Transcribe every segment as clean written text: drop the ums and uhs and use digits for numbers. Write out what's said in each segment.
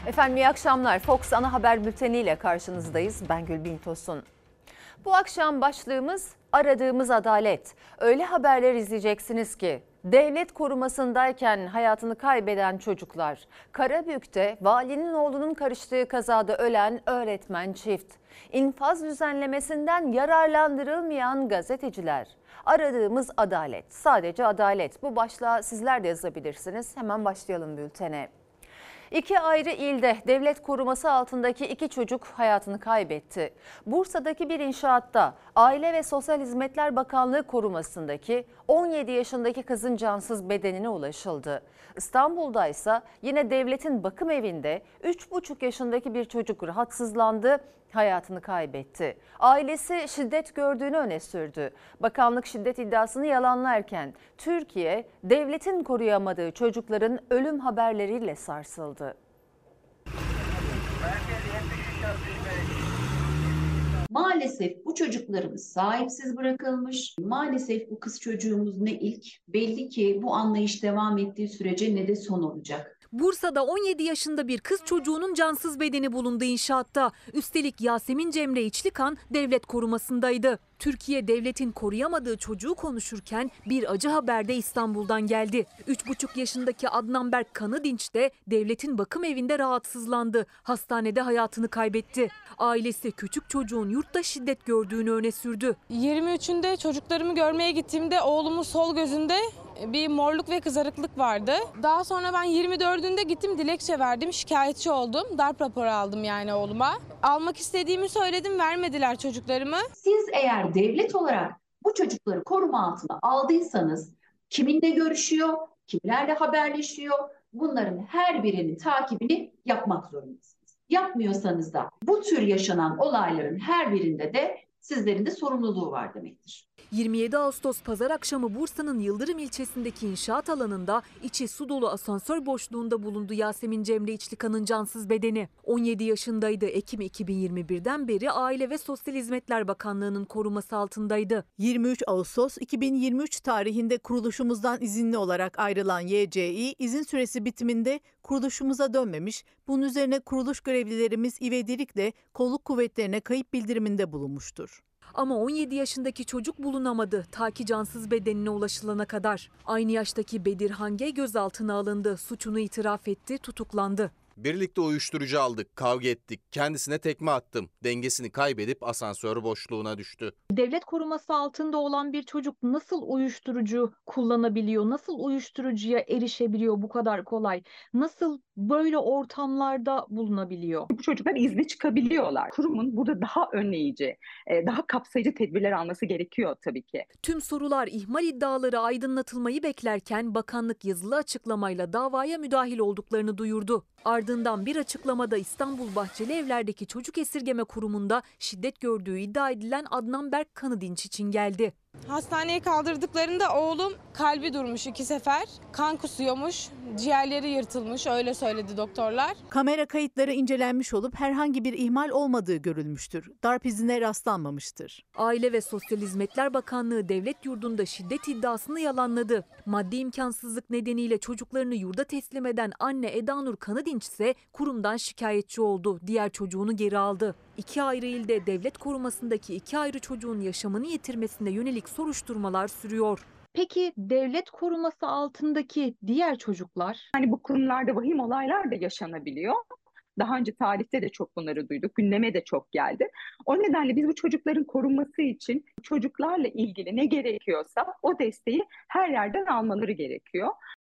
Efendim iyi akşamlar. Fox Ana Haber Bülteni ile karşınızdayız. Ben Gülbin Tosun. Bu akşam başlığımız aradığımız adalet. Öyle haberler izleyeceksiniz ki devlet korumasındayken hayatını kaybeden çocuklar, Karabük'te valinin oğlunun karıştığı kazada ölen öğretmen çift, infaz düzenlemesinden yararlandırılmayan gazeteciler. Aradığımız adalet, sadece adalet. Bu başlığa sizler de yazabilirsiniz. Hemen başlayalım bültene. İki ayrı ilde devlet koruması altındaki iki çocuk hayatını kaybetti. Bursa'daki bir inşaatta Aile ve Sosyal Hizmetler Bakanlığı korumasındaki 17 yaşındaki kızın cansız bedenine ulaşıldı. İstanbul'da ise yine devletin bakım evinde 3,5 yaşındaki bir çocuk rahatsızlandı, hayatını kaybetti. Ailesi şiddet gördüğünü öne sürdü. Bakanlık şiddet iddiasını yalanlarken Türkiye devletin koruyamadığı çocukların ölüm haberleriyle sarsıldı. Maalesef bu çocuklarımız sahipsiz bırakılmış. Maalesef bu kız çocuğumuz ne ilk, belli ki bu anlayış devam ettiği sürece ne de son olacak. Bursa'da 17 yaşında bir kız çocuğunun cansız bedeni bulundu inşaatta. Üstelik Yasemin Cemre İçlikan devlet korumasındaydı. Türkiye devletin koruyamadığı çocuğu konuşurken bir acı haber de İstanbul'dan geldi. 3,5 yaşındaki Adnan Berk Kanıdinç de devletin bakım evinde rahatsızlandı. Hastanede hayatını kaybetti. Ailesi küçük çocuğun yurtta şiddet gördüğünü öne sürdü. 23'ünde çocuklarımı görmeye gittiğimde oğlumun sol gözünde bir morluk ve kızarıklık vardı. Daha sonra ben 24'ünde gittim, dilekçe verdim, şikayetçi oldum. Darp raporu aldım yani oğluma. Almak istediğimi söyledim, vermediler çocuklarımı. Siz eğer devlet olarak bu çocukları koruma altına aldıysanız kiminle görüşüyor, kimlerle haberleşiyor, bunların her birinin takibini yapmak zorundasınız. Yapmıyorsanız da bu tür yaşanan olayların her birinde de sizlerin de sorumluluğu var demektir. 27 Ağustos pazar akşamı Bursa'nın Yıldırım ilçesindeki inşaat alanında içi su dolu asansör boşluğunda bulundu Yasemin Cemre İçlikan'ın cansız bedeni. 17 yaşındaydı. Ekim 2021'den beri Aile ve Sosyal Hizmetler Bakanlığı'nın koruması altındaydı. 23 Ağustos 2023 tarihinde kuruluşumuzdan izinli olarak ayrılan YCİ izin süresi bitiminde kuruluşumuza dönmemiş. Bunun üzerine kuruluş görevlilerimiz ivedilikle kolluk kuvvetlerine kayıp bildiriminde bulunmuştur. Ama 17 yaşındaki çocuk bulunamadı ta ki cansız bedenine ulaşılana kadar. Aynı yaştaki Bedirhan G gözaltına alındı, suçunu itiraf etti, tutuklandı. Birlikte uyuşturucu aldık, kavga ettik, kendisine tekme attım. Dengesini kaybedip asansör boşluğuna düştü. Devlet koruması altında olan bir çocuk nasıl uyuşturucu kullanabiliyor? Nasıl uyuşturucuya erişebiliyor bu kadar kolay? Nasıl böyle ortamlarda bulunabiliyor? Bu çocuklar izni çıkabiliyorlar. Kurumun burada daha önleyici, daha kapsayıcı tedbirler alması gerekiyor tabii ki. Tüm sorular, ihmal iddiaları aydınlatılmayı beklerken bakanlık yazılı açıklamayla davaya müdahil olduklarını duyurdu. Ardından bir açıklamada İstanbul Bahçelievler'deki çocuk esirgeme kurumunda şiddet gördüğü iddia edilen Adnan Berk Kanıdinç için geldi. Hastaneye kaldırdıklarında oğlum kalbi durmuş 2 sefer, kan kusuyormuş, ciğerleri yırtılmış, öyle söyledi doktorlar. Kamera kayıtları incelenmiş olup herhangi bir ihmal olmadığı görülmüştür. Darp izine rastlanmamıştır. Aile ve Sosyal Hizmetler Bakanlığı devlet yurdunda şiddet iddiasını yalanladı. Maddi imkansızlık nedeniyle çocuklarını yurda teslim eden anne Edanur Kanıdinç ise kurumdan şikayetçi oldu. Diğer çocuğunu geri aldı. İki ayrı ilde devlet korumasındaki iki ayrı çocuğun yaşamını yitirmesine yönelik soruşturmalar sürüyor. Peki devlet koruması altındaki diğer çocuklar? Hani bu kurumlarda vahim olaylar da yaşanabiliyor. Daha önce tarihte de çok bunları duyduk. Gündeme de çok geldi. O nedenle biz bu çocukların korunması için çocuklarla ilgili ne gerekiyorsa o desteği her yerden almaları gerekiyor.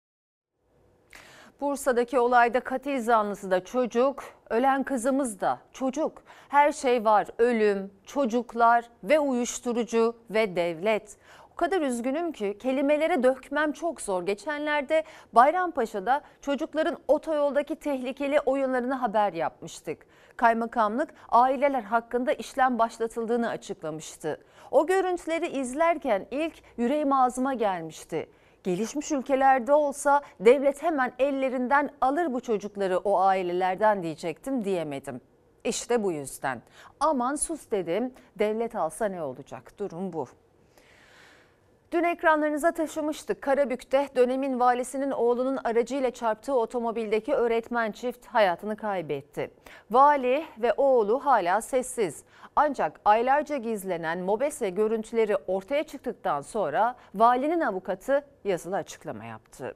Bursa'daki olayda katil zanlısı da çocuk, ölen kızımız da çocuk. Her şey var: ölüm, çocuklar ve uyuşturucu ve devlet. O kadar üzgünüm ki kelimelere dökmem çok zor. Geçenlerde Bayrampaşa'da çocukların otoyoldaki tehlikeli oyunlarını haber yapmıştık. Kaymakamlık aileler hakkında işlem başlatıldığını açıklamıştı. O görüntüleri izlerken ilk yüreğim ağzıma gelmişti. Gelişmiş ülkelerde olsa devlet hemen ellerinden alır bu çocukları o ailelerden diyecektim, diyemedim. İşte bu yüzden. Aman sus dedim, devlet alsa ne olacak? Durum bu. Dün ekranlarınıza taşımıştık. Karabük'te dönemin valisinin oğlunun aracıyla çarptığı otomobildeki öğretmen çift hayatını kaybetti. Vali ve oğlu hala sessiz. Ancak aylarca gizlenen MOBESE görüntüleri ortaya çıktıktan sonra valinin avukatı yazılı açıklama yaptı.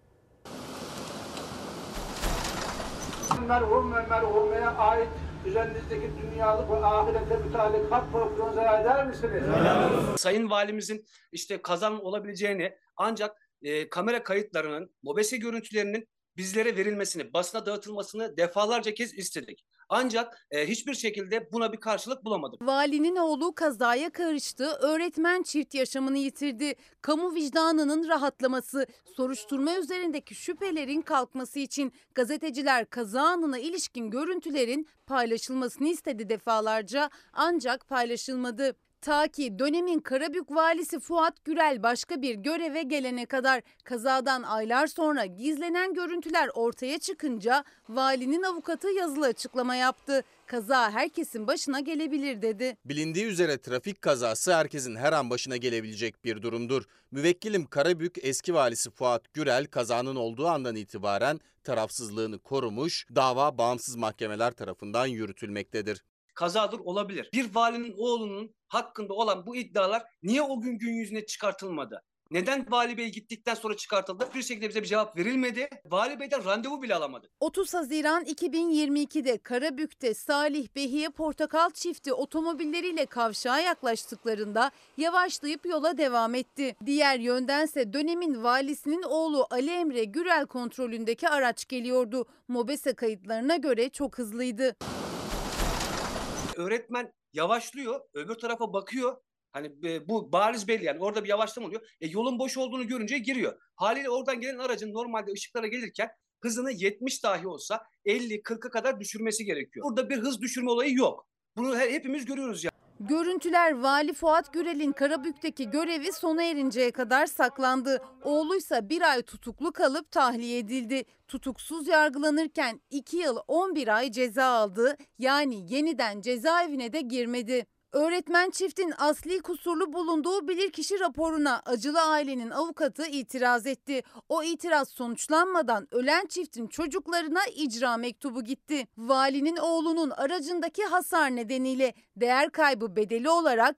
Bunlar olmaya ait üzerinizdeki dünyalık ve ahirete müteallik hak korkularınıza eder misiniz? Sayın Valimizin işte kazanın olabileceğini ancak kamera kayıtlarının, MOBESE görüntülerinin bizlere verilmesini, basına dağıtılmasını defalarca kez istedik. Ancak hiçbir şekilde buna bir karşılık bulamadık. Valinin oğlu kazaya karıştı, öğretmen çift yaşamını yitirdi. Kamu vicdanının rahatlaması, soruşturma üzerindeki şüphelerin kalkması için gazeteciler kaza anına ilişkin görüntülerin paylaşılmasını istedi defalarca, ancak paylaşılmadı. Ta ki dönemin Karabük valisi Fuat Gürel başka bir göreve gelene kadar, kazadan aylar sonra gizlenen görüntüler ortaya çıkınca valinin avukatı yazılı açıklama yaptı. Kaza herkesin başına gelebilir dedi. Bilindiği üzere trafik kazası herkesin her an başına gelebilecek bir durumdur. Müvekkilim Karabük eski valisi Fuat Gürel kazanın olduğu andan itibaren tarafsızlığını korumuş, dava bağımsız mahkemeler tarafından yürütülmektedir. Kazadır, olabilir. Bir valinin oğlunun hakkında olan bu iddialar niye o gün yüzüne çıkartılmadı? Neden Vali Bey gittikten sonra çıkartıldı? Bir şekilde bize bir cevap verilmedi. Vali Bey'den randevu bile alamadık. 30 Haziran 2022'de Karabük'te Salih Behiye Portakal çifti otomobilleriyle kavşağa yaklaştıklarında yavaşlayıp yola devam etti. Diğer yöndense dönemin valisinin oğlu Ali Emre Gürel kontrolündeki araç geliyordu. MOBESE kayıtlarına göre çok hızlıydı. Öğretmen yavaşlıyor, öbür tarafa bakıyor. Hani bu bariz belli, yani orada bir yavaşlama oluyor. Yolun boş olduğunu görünce giriyor. Haliyle oradan gelen aracın normalde ışıklara gelirken hızını 70 dahi olsa 50-40'a kadar düşürmesi gerekiyor. Burada bir hız düşürme olayı yok. Bunu hepimiz görüyoruz ya. Görüntüler Vali Fuat Gürel'in Karabük'teki görevi sona erinceye kadar saklandı. Oğluysa bir ay tutuklu kalıp tahliye edildi. Tutuksuz yargılanırken 2 yıl 11 ay ceza aldı. Yani yeniden cezaevine de girmedi. Öğretmen çiftin asli kusurlu bulunduğu bilirkişi raporuna acılı ailenin avukatı itiraz etti. O itiraz sonuçlanmadan ölen çiftin çocuklarına icra mektubu gitti. Valinin oğlunun aracındaki hasar nedeniyle değer kaybı bedeli olarak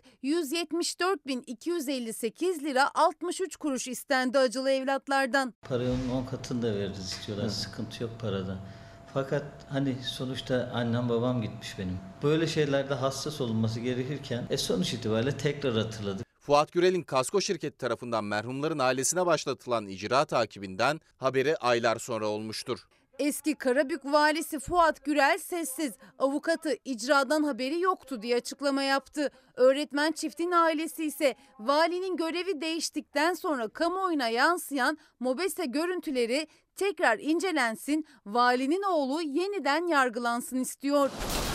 174.258 lira 63 kuruş istendi acılı evlatlardan. Paranın 10 katını da veririz istiyorlar. Sıkıntı yok parada. Fakat hani sonuçta annem babam gitmiş benim. Böyle şeylerde hassas olunması gerekirken sonuç itibariyle tekrar hatırladık. Fuat Gürel'in kasko şirketi tarafından merhumların ailesine başlatılan icra takibinden haberi aylar sonra olmuştur. Eski Karabük valisi Fuat Gürel sessiz. Avukatı icradan haberi yoktu diye açıklama yaptı. Öğretmen çiftin ailesi ise valinin görevi değiştikten sonra kamuoyuna yansıyan MOBESE görüntüleri tekrar incelensin, valinin oğlu yeniden yargılansın istiyor.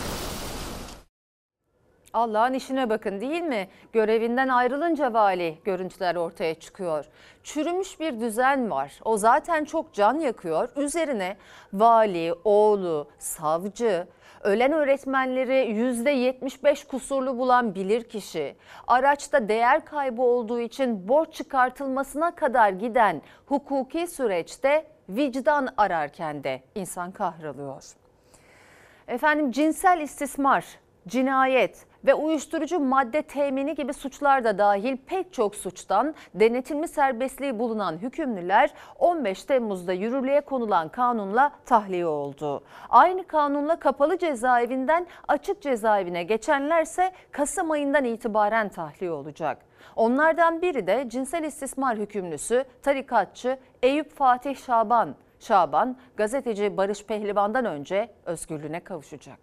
Allah'ın işine bakın, değil mi? Görevinden ayrılınca vali görüntüler ortaya çıkıyor. Çürümüş bir düzen var. O zaten çok can yakıyor. Üzerine vali, oğlu, savcı, ölen öğretmenleri %75 kusurlu bulan bilirkişi, araçta değer kaybı olduğu için borç çıkartılmasına kadar giden hukuki süreçte vicdan ararken de insan kahroluyor. Efendim, cinsel istismar, cinayet ve uyuşturucu madde temini gibi suçlar da dahil pek çok suçtan denetimli serbestliği bulunan hükümlüler 15 Temmuz'da yürürlüğe konulan kanunla tahliye oldu. Aynı kanunla kapalı cezaevinden açık cezaevine geçenlerse Kasım ayından itibaren tahliye olacak. Onlardan biri de cinsel istismar hükümlüsü tarikatçı Eyüp Fatih Şaban. Şaban, gazeteci Barış Pehlivan'dan önce özgürlüğüne kavuşacak.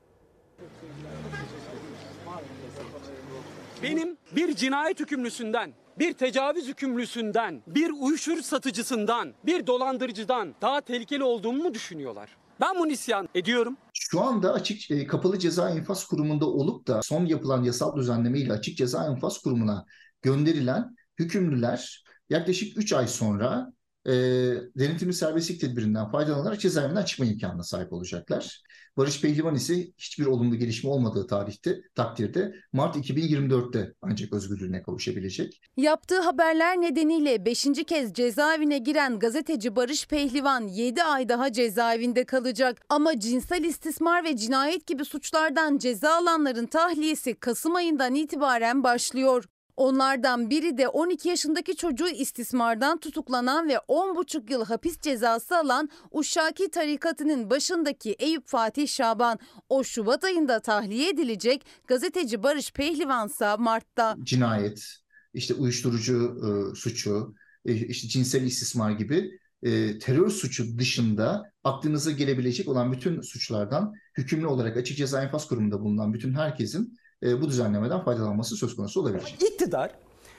Benim bir cinayet hükümlüsünden, bir tecavüz hükümlüsünden, bir uyuşturucu satıcısından, bir dolandırıcıdan daha tehlikeli olduğumu mu düşünüyorlar? Ben bunu isyan ediyorum. Şu anda kapalı ceza infaz kurumunda olup da son yapılan yasal düzenleme ile açık ceza infaz kurumuna gönderilen hükümlüler yaklaşık 3 ay sonra denetimli serbestlik tedbirinden faydalanarak cezaevinden çıkma imkanına sahip olacaklar. Barış Pehlivan ise hiçbir olumlu gelişme olmadığı takdirde Mart 2024'te ancak özgürlüğüne kavuşabilecek. Yaptığı haberler nedeniyle 5. kez cezaevine giren gazeteci Barış Pehlivan 7 ay daha cezaevinde kalacak. Ama cinsel istismar ve cinayet gibi suçlardan ceza alanların tahliyesi Kasım ayından itibaren başlıyor. Onlardan biri de 12 yaşındaki çocuğu istismardan tutuklanan ve 10,5 yıl hapis cezası alan Uşşaki tarikatının başındaki Eyüp Fatih Şaban. O Şubat ayında tahliye edilecek, gazeteci Barış Pehlivansa Mart'ta. Cinayet, işte uyuşturucu suçu, işte cinsel istismar gibi terör suçu dışında aklınıza gelebilecek olan bütün suçlardan hükümlü olarak açık ceza infaz kurumunda bulunan bütün herkesin bu düzenlemeden faydalanması söz konusu olabilir. İktidar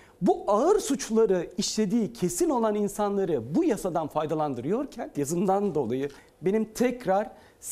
bu ağır suçları işlediği kesin olan insanları bu yasadan faydalandırıyorken yazından dolayı benim tekrar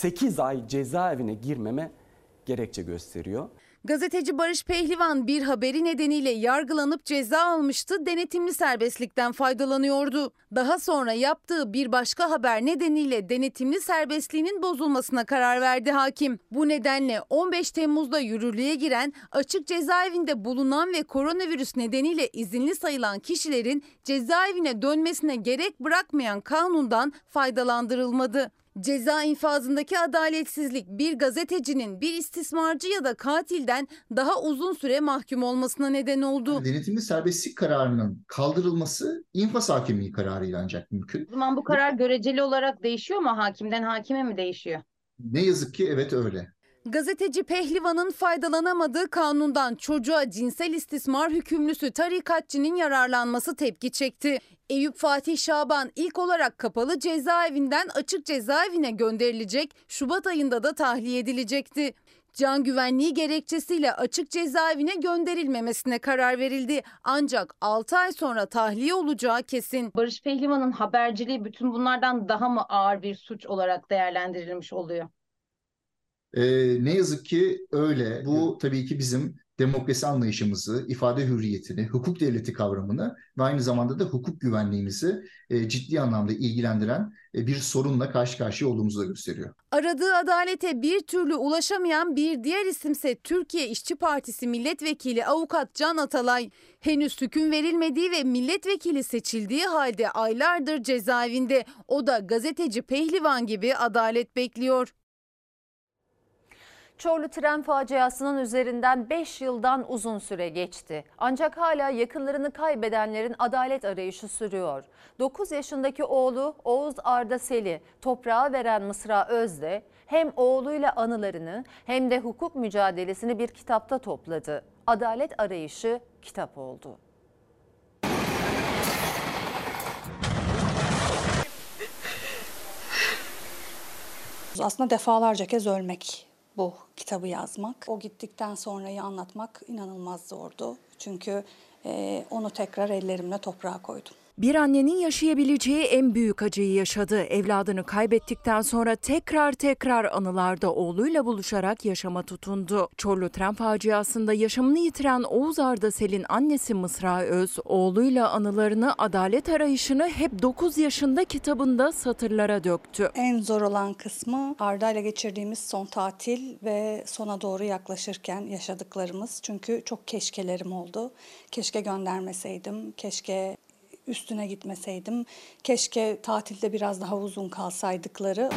8 ay cezaevine girmeme gerekçe gösteriyor. Gazeteci Barış Pehlivan bir haberi nedeniyle yargılanıp ceza almıştı, denetimli serbestlikten faydalanıyordu. Daha sonra yaptığı bir başka haber nedeniyle denetimli serbestliğinin bozulmasına karar verdi hakim. Bu nedenle 15 Temmuz'da yürürlüğe giren, açık cezaevinde bulunan ve koronavirüs nedeniyle izinli sayılan kişilerin cezaevine dönmesine gerek bırakmayan kanundan faydalandırılmadı. Ceza infazındaki adaletsizlik bir gazetecinin bir istismarcı ya da katilden daha uzun süre mahkum olmasına neden oldu. Denetimli serbestlik kararının kaldırılması infaz hakimliği kararıyla ancak mümkün. O zaman bu karar göreceli olarak değişiyor mu? Hakimden hakime mi değişiyor? Ne yazık ki evet öyle. Gazeteci Pehlivan'ın faydalanamadığı kanundan çocuğa cinsel istismar hükümlüsü tarikatçının yararlanması tepki çekti. Eyüp Fatih Şaban ilk olarak kapalı cezaevinden açık cezaevine gönderilecek, Şubat ayında da tahliye edilecekti. Can güvenliği gerekçesiyle açık cezaevine gönderilmemesine karar verildi. Ancak 6 ay sonra tahliye olacağı kesin. Barış Pehlivan'ın haberciliği bütün bunlardan daha mı ağır bir suç olarak değerlendirilmiş oluyor? Ne yazık ki öyle. Bu tabii ki bizim demokrasi anlayışımızı, ifade hürriyetini, hukuk devleti kavramını ve aynı zamanda da hukuk güvenliğimizi ciddi anlamda ilgilendiren bir sorunla karşı karşıya olduğumuzu da gösteriyor. Aradığı adalete bir türlü ulaşamayan bir diğer isimse Türkiye İşçi Partisi Milletvekili Avukat Can Atalay. Henüz hüküm verilmediği ve milletvekili seçildiği halde aylardır cezaevinde. O da gazeteci Pehlivan gibi adalet bekliyor. Çorlu tren faciasının üzerinden 5 yıldan uzun süre geçti. Ancak hala yakınlarını kaybedenlerin adalet arayışı sürüyor. 9 yaşındaki oğlu Oğuz Arda Sel'i toprağa veren Mısra Özde hem oğluyla anılarını hem de hukuk mücadelesini bir kitapta topladı. Adalet arayışı kitap oldu. Aslında defalarca kez ölmek. Bu kitabı yazmak, o gittikten sonrayı anlatmak inanılmaz zordu. Çünkü onu tekrar ellerimle toprağa koydum. Bir annenin yaşayabileceği en büyük acıyı yaşadı. Evladını kaybettikten sonra tekrar anılarda oğluyla buluşarak yaşama tutundu. Çorlu tren faciasında yaşamını yitiren Oğuz Arda Sel'in annesi Mısra Öz, oğluyla anılarını, adalet arayışını hep 9 yaşında kitabında satırlara döktü. En zor olan kısmı Arda ile geçirdiğimiz son tatil ve sona doğru yaklaşırken yaşadıklarımız. Çünkü çok keşkelerim oldu. Keşke göndermeseydim, keşke üstüne gitmeseydim, keşke tatilde biraz daha uzun kalsaydıkları.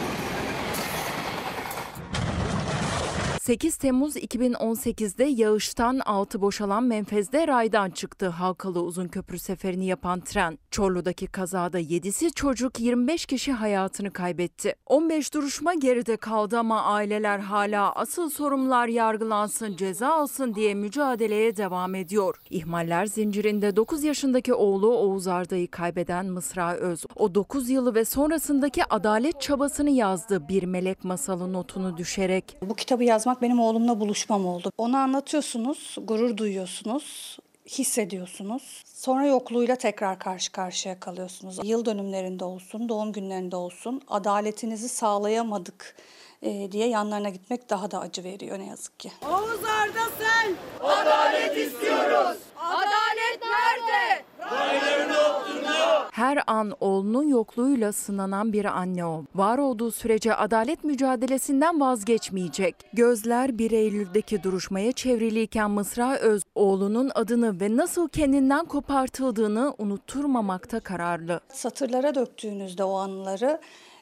8 Temmuz 2018'de yağıştan altı boşalan menfezde raydan çıktı. Halkalı Uzunköprü seferini yapan tren. Çorlu'daki kazada 7'si çocuk, 25 kişi hayatını kaybetti. 15 duruşma geride kaldı ama aileler hala asıl sorumlular yargılansın, ceza alsın diye mücadeleye devam ediyor. İhmaller zincirinde 9 yaşındaki oğlu Oğuz Arda'yı kaybeden Mısra Öz, o 9 yılı ve sonrasındaki adalet çabasını yazdı bir melek masalı notunu düşerek. Bu kitabı yazmak benim oğlumla buluşmam oldu. Onu anlatıyorsunuz, gurur duyuyorsunuz, hissediyorsunuz. Sonra yokluğuyla tekrar karşı karşıya kalıyorsunuz. Yıl dönümlerinde olsun, doğum günlerinde olsun adaletinizi sağlayamadık diye yanlarına gitmek daha da acı veriyor ne yazık ki. Oğuz Arda Sel! Adalet istiyoruz! Adalet nerede? Raylarını oturdu! Her Her an oğlunun yokluğuyla sınanan bir anne o. Var olduğu sürece adalet mücadelesinden vazgeçmeyecek. Gözler 1 Eylül'deki duruşmaya çevriliyken Mısra Öz, oğlunun adını ve nasıl kendinden kopartıldığını unutturmamakta kararlı. Satırlara döktüğünüzde o anıları,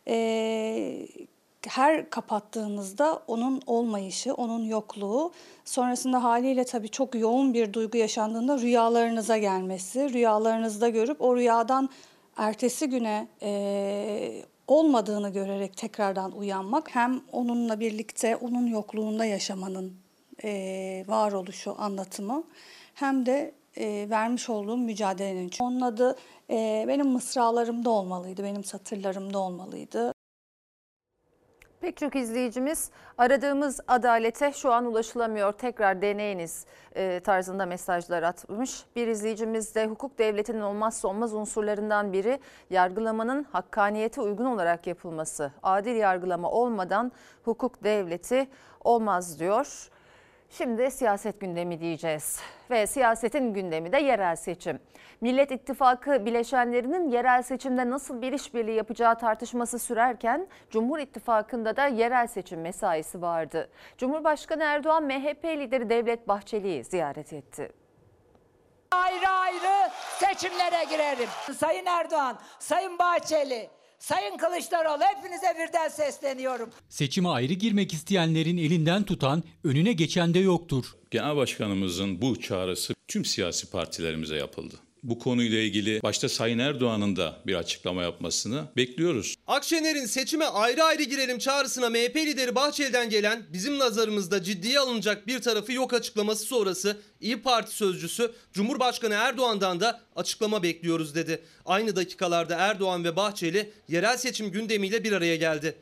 her kapattığınızda onun olmayışı, onun yokluğu, sonrasında haliyle tabii çok yoğun bir duygu yaşandığında rüyalarınıza gelmesi, rüyalarınızda görüp o rüyadan ertesi güne olmadığını görerek tekrardan uyanmak, hem onunla birlikte onun yokluğunda yaşamanın varoluşu, anlatımı, hem de vermiş olduğum mücadelenin. Onun adı benim mısralarımda olmalıydı, benim satırlarımda olmalıydı. Pek çok izleyicimiz aradığımız adalete şu an ulaşılamıyor, tekrar deneyiniz tarzında mesajlar atmış. Bir izleyicimiz de hukuk devletinin olmazsa olmaz unsurlarından biri yargılamanın hakkaniyete uygun olarak yapılması. Adil yargılama olmadan hukuk devleti olmaz diyor. Şimdi siyaset gündemi diyeceğiz ve siyasetin gündemi de yerel seçim. Millet İttifakı bileşenlerinin yerel seçimde nasıl bir işbirliği yapacağı tartışması sürerken Cumhur İttifakı'nda da yerel seçim mesaisi vardı. Cumhurbaşkanı Erdoğan MHP lideri Devlet Bahçeli'yi ziyaret etti. Ayrı ayrı seçimlere girerim. Sayın Erdoğan, Sayın Bahçeli, Sayın Kılıçdaroğlu, hepinize birden sesleniyorum. Seçime ayrı girmek isteyenlerin elinden tutan, önüne geçen de yoktur. Genel Başkanımızın bu çağrısı tüm siyasi partilerimize yapıldı. Bu konuyla ilgili başta Sayın Erdoğan'ın da bir açıklama yapmasını bekliyoruz. Akşener'in seçime ayrı ayrı girelim çağrısına MHP lideri Bahçeli'den gelen, bizim nazarımızda ciddiye alınacak bir tarafı yok açıklaması sonrası İYİ Parti sözcüsü Cumhurbaşkanı Erdoğan'dan da açıklama bekliyoruz dedi. Aynı dakikalarda Erdoğan ve Bahçeli yerel seçim gündemiyle bir araya geldi.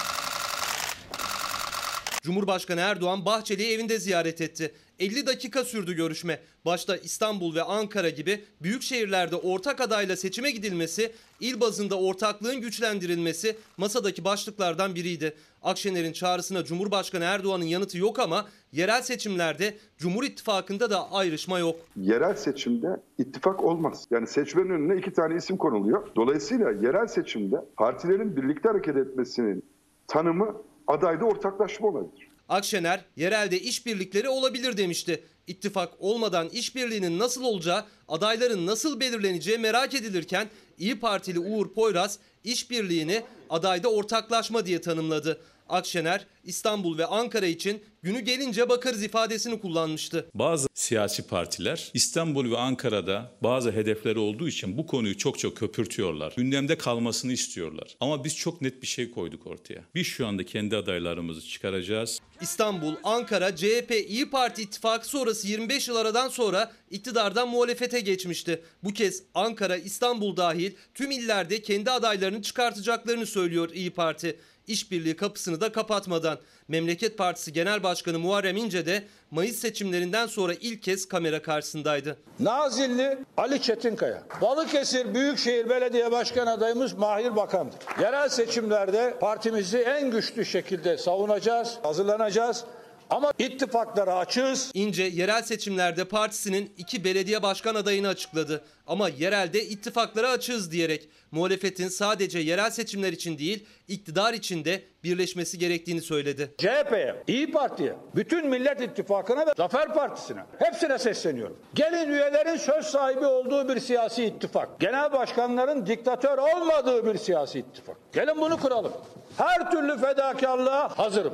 Cumhurbaşkanı Erdoğan Bahçeli'yi evinde ziyaret etti. 50 dakika sürdü görüşme. Başta İstanbul ve Ankara gibi büyük şehirlerde ortak adayla seçime gidilmesi, il bazında ortaklığın güçlendirilmesi masadaki başlıklardan biriydi. Akşener'in çağrısına Cumhurbaşkanı Erdoğan'ın yanıtı yok ama yerel seçimlerde Cumhur İttifakı'nda da ayrışma yok. Yerel seçimde ittifak olmaz. Yani seçmenin önüne 2 tane isim konuluyor. Dolayısıyla yerel seçimde partilerin birlikte hareket etmesinin tanımı adayda ortaklaşma olabilir. Akşener yerelde işbirlikleri olabilir demişti. İttifak olmadan işbirliğinin nasıl olacağı, adayların nasıl belirleneceği merak edilirken İYİ Partili Uğur Poyraz işbirliğini adayda ortaklaşma diye tanımladı. Akşener İstanbul ve Ankara için günü gelince bakarız ifadesini kullanmıştı. Bazı siyasi partiler İstanbul ve Ankara'da bazı hedefleri olduğu için bu konuyu çok köpürtüyorlar. Gündemde kalmasını istiyorlar. Ama biz çok net bir şey koyduk ortaya. Biz şu anda kendi adaylarımızı çıkaracağız. İstanbul, Ankara, CHP, İYİ Parti ittifakı sonrası 25 yıl aradan sonra iktidardan muhalefete geçmişti. Bu kez Ankara, İstanbul dahil tüm illerde kendi adaylarını çıkartacaklarını söylüyor İYİ Parti. İşbirliği kapısını da kapatmadan. Memleket Partisi Genel Başkanı Muharrem İnce de Mayıs seçimlerinden sonra ilk kez kamera karşısındaydı. Nazilli Ali Çetinkaya, Balıkesir Büyükşehir Belediye Başkan adayımız Mahir Bakan'dır. Yerel seçimlerde partimizi en güçlü şekilde savunacağız, hazırlanacağız. Ama ittifaklara açığız. İnce yerel seçimlerde partisinin 2 belediye başkan adayını açıkladı. Ama yerelde ittifaklara açığız diyerek muhalefetin sadece yerel seçimler için değil, iktidar için de birleşmesi gerektiğini söyledi. CHP'ye, İYİ Parti'ye, bütün Millet İttifakı'na ve Zafer Partisi'ne hepsine sesleniyorum. Gelin üyelerin söz sahibi olduğu bir siyasi ittifak. Genel başkanların diktatör olmadığı bir siyasi ittifak. Gelin bunu kuralım. Her türlü fedakarlığa hazırım.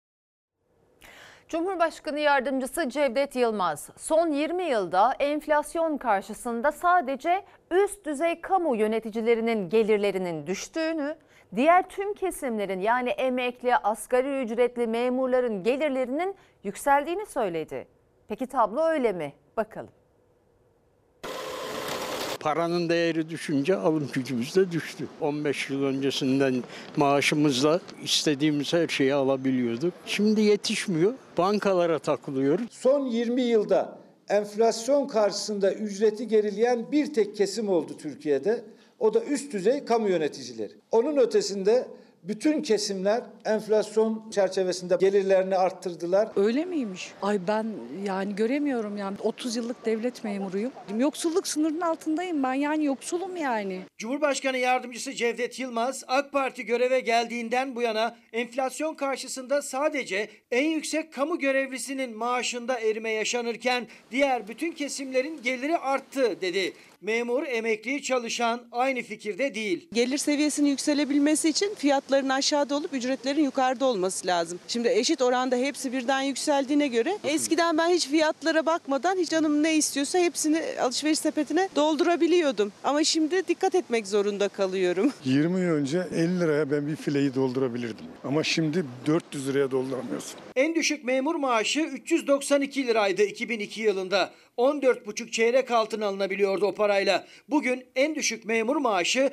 Cumhurbaşkanı Yardımcısı Cevdet Yılmaz, son 20 yılda enflasyon karşısında sadece üst düzey kamu yöneticilerinin gelirlerinin düştüğünü, diğer tüm kesimlerin yani emekli, asgari ücretli memurların gelirlerinin yükseldiğini söyledi. Peki tablo öyle mi? Bakalım. Paranın değeri düşünce alım gücümüz de düştü. 15 yıl öncesinden maaşımızla istediğimiz her şeyi alabiliyorduk. Şimdi yetişmiyor. Bankalara takılıyor. Son 20 yılda enflasyon karşısında ücreti gerileyen bir tek kesim oldu Türkiye'de. O da üst düzey kamu yöneticileri. Onun ötesinde Bütün kesimler enflasyon çerçevesinde gelirlerini arttırdılar. Öyle miymiş? Ay ben yani göremiyorum yani. 30 yıllık devlet memuruyum. Yoksulluk sınırının altındayım ben, yani yoksulum yani. Cumhurbaşkanı Yardımcısı Cevdet Yılmaz, AK Parti göreve geldiğinden bu yana enflasyon karşısında sadece en yüksek kamu görevlisinin maaşında erime yaşanırken diğer bütün kesimlerin geliri arttı dedi. Memur, emekli, çalışan aynı fikirde değil. Gelir seviyesinin yükselebilmesi için fiyatların aşağıda olup ücretlerin yukarıda olması lazım. Şimdi eşit oranda hepsi birden yükseldiğine göre eskiden ben hiç fiyatlara bakmadan hiç canım ne istiyorsa hepsini alışveriş sepetine doldurabiliyordum. Ama şimdi dikkat etmek zorunda kalıyorum. 20 yıl önce 50 liraya ben bir fileyi doldurabilirdim. Ama şimdi 400 liraya dolduramıyorsun. En düşük memur maaşı 392 liraydı 2002 yılında. 14,5 çeyrek altın alınabiliyordu o parayla. Bugün en düşük memur maaşı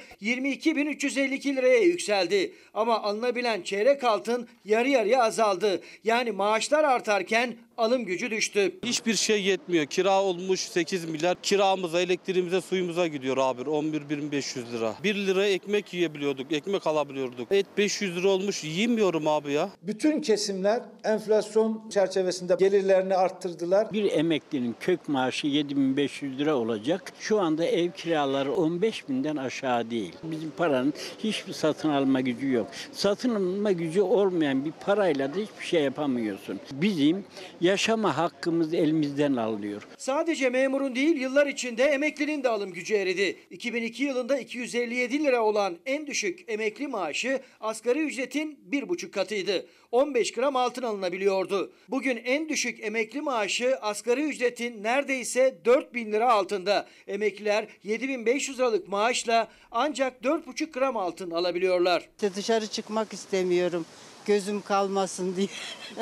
22.352 liraya yükseldi. Ama alınabilen çeyrek altın yarı yarıya azaldı. Yani maaşlar artarken alım gücü düştü. Hiçbir şey yetmiyor. Kira olmuş 8 milyar. Kiramıza, elektriğimize, suyumuza gidiyor abi. 11.500 lira. 1 lira ekmek yiyebiliyorduk. Ekmek alabiliyorduk. Et 500 lira olmuş. Yiyemiyorum abi ya. Bütün kesimler enflasyon çerçevesinde gelirlerini arttırdılar. Bir emeklinin kök maaşı 7.500 lira olacak. Şu anda ev kiraları 15.000'den aşağı değil. Bizim paranın hiçbir satın alma gücü yok. Satın alma gücü olmayan bir parayla da hiçbir şey yapamıyorsun. Bizim yaşama hakkımız elimizden alınıyor. Sadece memurun değil, yıllar içinde emeklinin de alım gücü eridi. 2002 yılında 257 lira olan en düşük emekli maaşı asgari ücretin 1,5 katıydı. 15 gram altın alınabiliyordu. Bugün en düşük emekli maaşı asgari ücretin neredeyse 4.000 lira altında. Emekliler 7.500 liralık maaşla ancak 4,5 gram altın alabiliyorlar. Dışarı çıkmak istemiyorum. Gözüm kalmasın diye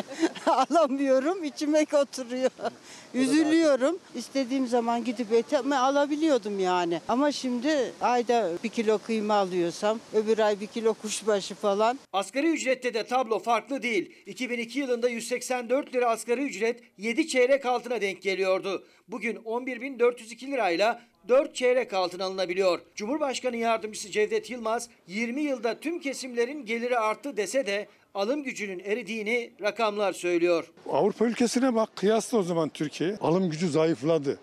alamıyorum, içime oturuyor. Üzülüyorum. İstediğim zaman gidip etimi alabiliyordum yani. Ama şimdi ayda 1 kilo kıyma alıyorsam öbür ay 1 kilo kuşbaşı falan. Asgari ücrette de tablo farklı değil. 2002 yılında 184 lira asgari ücret 7 çeyrek altına denk geliyordu. Bugün 11.402 lirayla 4 çeyrek altın alınabiliyor. Cumhurbaşkanı Yardımcısı Cevdet Yılmaz 20 yılda tüm kesimlerin geliri arttı dese de alım gücünün eridiğini rakamlar söylüyor. Avrupa ülkesine bak, kıyasla o zaman Türkiye. Alım gücü zayıfladı.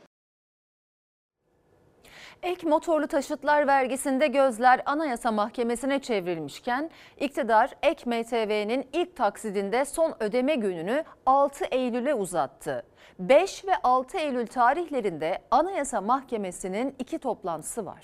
Ek motorlu taşıtlar vergisinde gözler Anayasa Mahkemesi'ne çevrilmişken iktidar ek MTV'nin ilk taksidinde son ödeme gününü 6 Eylül'e uzattı. 5 ve 6 Eylül tarihlerinde Anayasa Mahkemesi'nin 2 toplantısı var.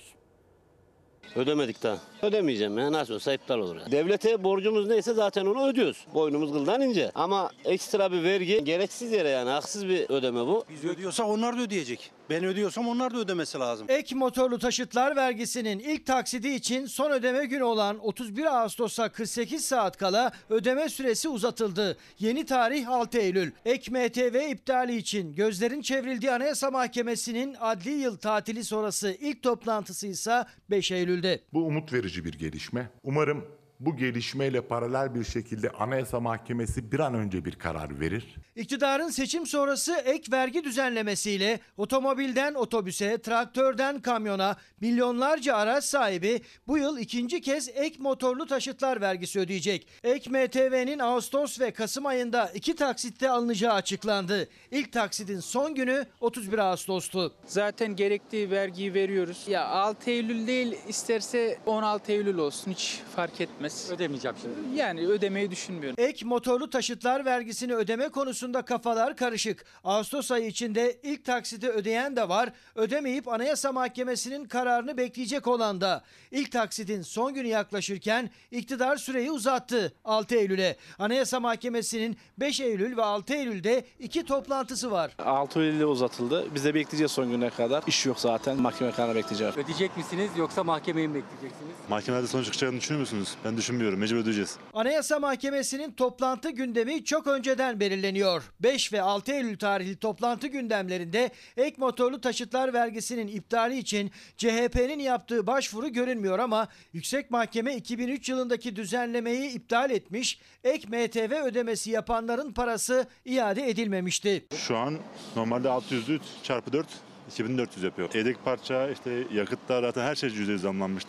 Ödemedik daha. Ödemeyeceğim ya, nasıl olsa iptal olur. Devlete borcumuz neyse zaten onu ödüyoruz. Boynumuz kıldan ince. Ama ekstra bir vergi gereksiz yere, yani haksız bir ödeme bu. Biz ödüyorsak onlar da ödeyecek. Ben ödüyorsam onlar da ödemesi lazım. Ek motorlu taşıtlar vergisinin ilk taksidi için son ödeme günü olan 31 Ağustos'a 48 saat kala ödeme süresi uzatıldı. Yeni tarih 6 Eylül. Ek MTV iptali için gözlerin çevrildiği Anayasa Mahkemesi'nin adli yıl tatili sonrası ilk toplantısı ise 5 Eylül'de. Bu umut verici bir gelişme. Umarım bu gelişmeyle paralel bir şekilde Anayasa Mahkemesi bir an önce bir karar verir. İktidarın seçim sonrası ek vergi düzenlemesiyle otomobilden otobüse, traktörden kamyona milyonlarca araç sahibi bu yıl ikinci kez ek motorlu taşıtlar vergisi ödeyecek. Ek MTV'nin Ağustos ve Kasım ayında 2 taksitte alınacağı açıklandı. İlk taksidin son günü 31 Ağustos'tu. Zaten gerektiği vergiyi veriyoruz. Ya 6 Eylül değil, isterse 16 Eylül olsun, hiç fark etmez. Ödemeyeceğim şimdi. Yani ödemeyi düşünmüyorum. Ek motorlu taşıtlar vergisini ödeme konusunda kafalar karışık. Ağustos ayı içinde ilk taksidi ödeyen de var. Ödemeyip Anayasa Mahkemesi'nin kararını bekleyecek olan da. İlk taksidin son günü yaklaşırken iktidar süreyi uzattı 6 Eylül'e. Anayasa Mahkemesi'nin 5 Eylül ve 6 Eylül'de 2 toplantısı var. 6 Eylül'e uzatıldı. Biz de bekleyeceğiz son güne kadar. İş yok zaten. Mahkeme kararını bekleyeceğiz. Ödeyecek misiniz yoksa mahkemeyi mi bekleyeceksiniz? Mahkemede sonuç çıkacağını düşünüyor musunuz? Ben düşünmüyorum. Mecbur ödeyeceğiz. Anayasa Mahkemesi'nin toplantı gündemi çok önceden belirleniyor. 5 ve 6 Eylül tarihli toplantı gündemlerinde ek motorlu taşıtlar vergisinin iptali için CHP'nin yaptığı başvuru görünmüyor ama Yüksek Mahkeme 2003 yılındaki düzenlemeyi iptal etmiş, ek MTV ödemesi yapanların parası iade edilmemişti. Şu an normalde 600'lü çarpı 4 2400 yapıyor. Yedek parça, işte yakıtlar, zaten her şey %100 zamlanmıştı.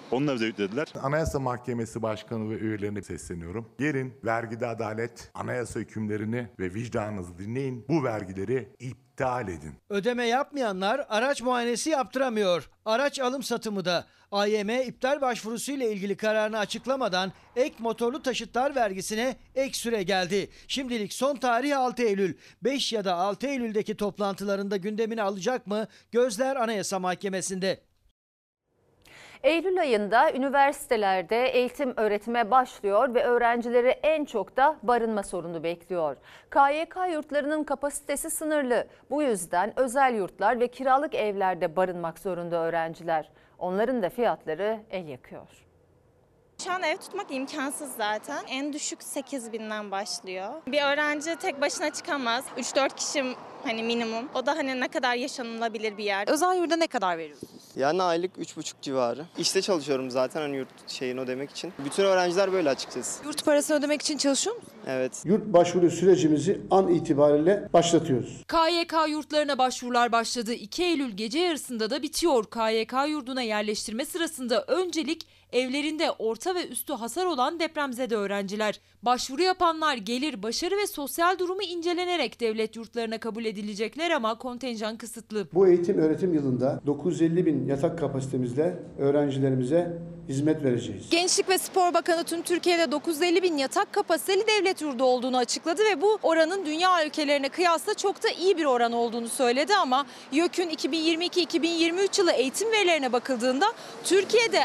Onu da bize yüklediler. Anayasa Mahkemesi Başkanı ve üyelerine sesleniyorum. Gelin vergide adalet, anayasa hükümlerini ve vicdanınızı dinleyin. Bu vergileri iptal edin. Ödeme yapmayanlar araç muayenesi yaptıramıyor. Araç alım satımı da. AYM iptal başvurusuyla ilgili kararını açıklamadan ek motorlu taşıtlar vergisine ek süre geldi. Şimdilik son tarih 6 Eylül. 5 ya da 6 Eylül'deki toplantılarında gündemine alacak mı? Gözler Anayasa Mahkemesi'nde. Eylül ayında üniversitelerde eğitim öğretime başlıyor ve öğrencileri en çok da barınma sorunu bekliyor. KYK yurtlarının kapasitesi sınırlı. Bu yüzden özel yurtlar ve kiralık evlerde barınmak zorunda öğrenciler. Onların da fiyatları el yakıyor. Şu an ev tutmak imkansız zaten. En düşük 8.000'den başlıyor. Bir öğrenci tek başına çıkamaz. 3-4 kişi minimum. O da ne kadar yaşanılabilir bir yer. Özel yurda ne kadar veriyorsunuz? Yani aylık 3,5 civarı. İşte çalışıyorum zaten yurt şeyini ödemek için. Bütün öğrenciler böyle açıkçası. Yurt parasını ödemek için çalışıyor musunuz? Evet. Yurt başvuru sürecimizi an itibariyle başlatıyoruz. KYK yurtlarına başvurular başladı. 2 Eylül gece yarısında da bitiyor. KYK yurduna yerleştirme sırasında öncelik evlerinde orta ve üstü hasar olan depremzede öğrenciler. Başvuru yapanlar gelir, başarı ve sosyal durumu incelenerek devlet yurtlarına kabul edilecekler ama kontenjan kısıtlı. Bu eğitim öğretim yılında 950.000 yatak kapasitemizle öğrencilerimize hizmet vereceğiz. Gençlik ve Spor Bakanı tüm Türkiye'de 950.000 yatak kapasiteli devlet yurdu olduğunu açıkladı ve bu oranın dünya ülkelerine kıyasla çok da iyi bir oran olduğunu söyledi ama YÖK'ün 2022-2023 yılı eğitim verilerine bakıldığında Türkiye'de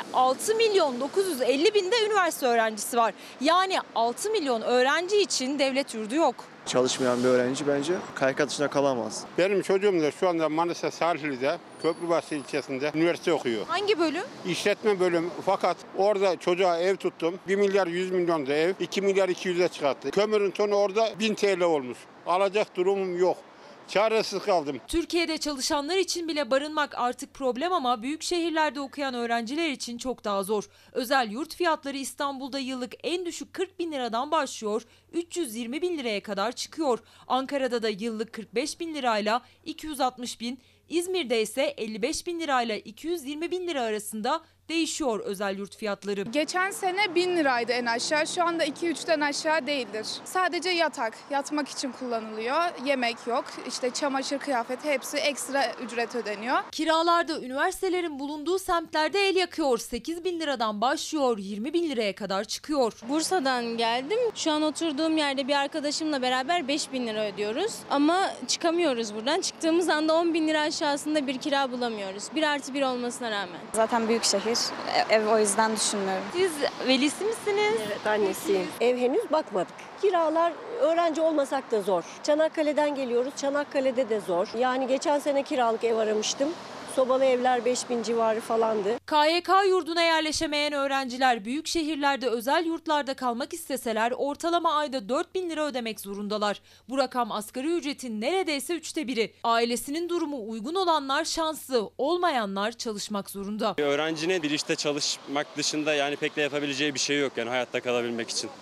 6.950.000'de üniversite öğrencisi var. Yani 6 milyon öğrenci için devlet yurdu yok. Çalışmayan bir öğrenci bence KYK dışında kalamaz. Benim çocuğum da şu anda Manisa Salihli'de Köprübaşı ilçesinde üniversite okuyor. Hangi bölüm? İşletme bölümü, fakat orada çocuğa ev tuttum. 1 milyar 100 milyon da ev, 2 milyar 200'e çıkarttı. Kömürün tonu orada 1000 TL olmuş. Alacak durumum yok. Çaresiz kaldım. Türkiye'de çalışanlar için bile barınmak artık problem ama büyük şehirlerde okuyan öğrenciler için çok daha zor. Özel yurt fiyatları İstanbul'da yıllık en düşük 40.000 liradan başlıyor, 320.000 liraya kadar çıkıyor. Ankara'da da yıllık 45.000 lirayla 260.000, İzmir'de ise 55.000 lirayla 220.000 lira arasında değişiyor özel yurt fiyatları. Geçen sene 1000 liraydı en aşağı. Şu anda 2-3'ten aşağı değildir. Sadece yatak, yatmak için kullanılıyor. Yemek yok. İşte çamaşır, kıyafet hepsi ekstra ücret ödeniyor. Kiralarda üniversitelerin bulunduğu semtlerde el yakıyor. 8.000 liradan başlıyor, 20.000 liraya kadar çıkıyor. Bursa'dan geldim. Şu an oturduğum yerde bir arkadaşımla beraber 5.000 lira ödüyoruz. Ama çıkamıyoruz buradan. Çıktığımız anda 10.000 lira aşağısında bir kira bulamıyoruz. 1+1 olmasına rağmen. Zaten büyük şehir. Ev o yüzden düşünmüyorum. Siz velisi misiniz? Evet, annesiyim. Ev henüz bakmadık. Kiralar öğrenci olmasak da zor. Çanakkale'den geliyoruz. Çanakkale'de de zor. Yani geçen sene kiralık ev aramıştım. Sobalı evler 5.000 civarı falandı. KYK yurduna yerleşemeyen öğrenciler büyük şehirlerde özel yurtlarda kalmak isteseler ortalama ayda 4.000 lira ödemek zorundalar. Bu rakam asgari ücretin neredeyse 1/3. Ailesinin durumu uygun olanlar şanslı, olmayanlar çalışmak zorunda. Öğrencinin bir işte çalışmak dışında pek de yapabileceği bir şey yok hayatta kalabilmek için.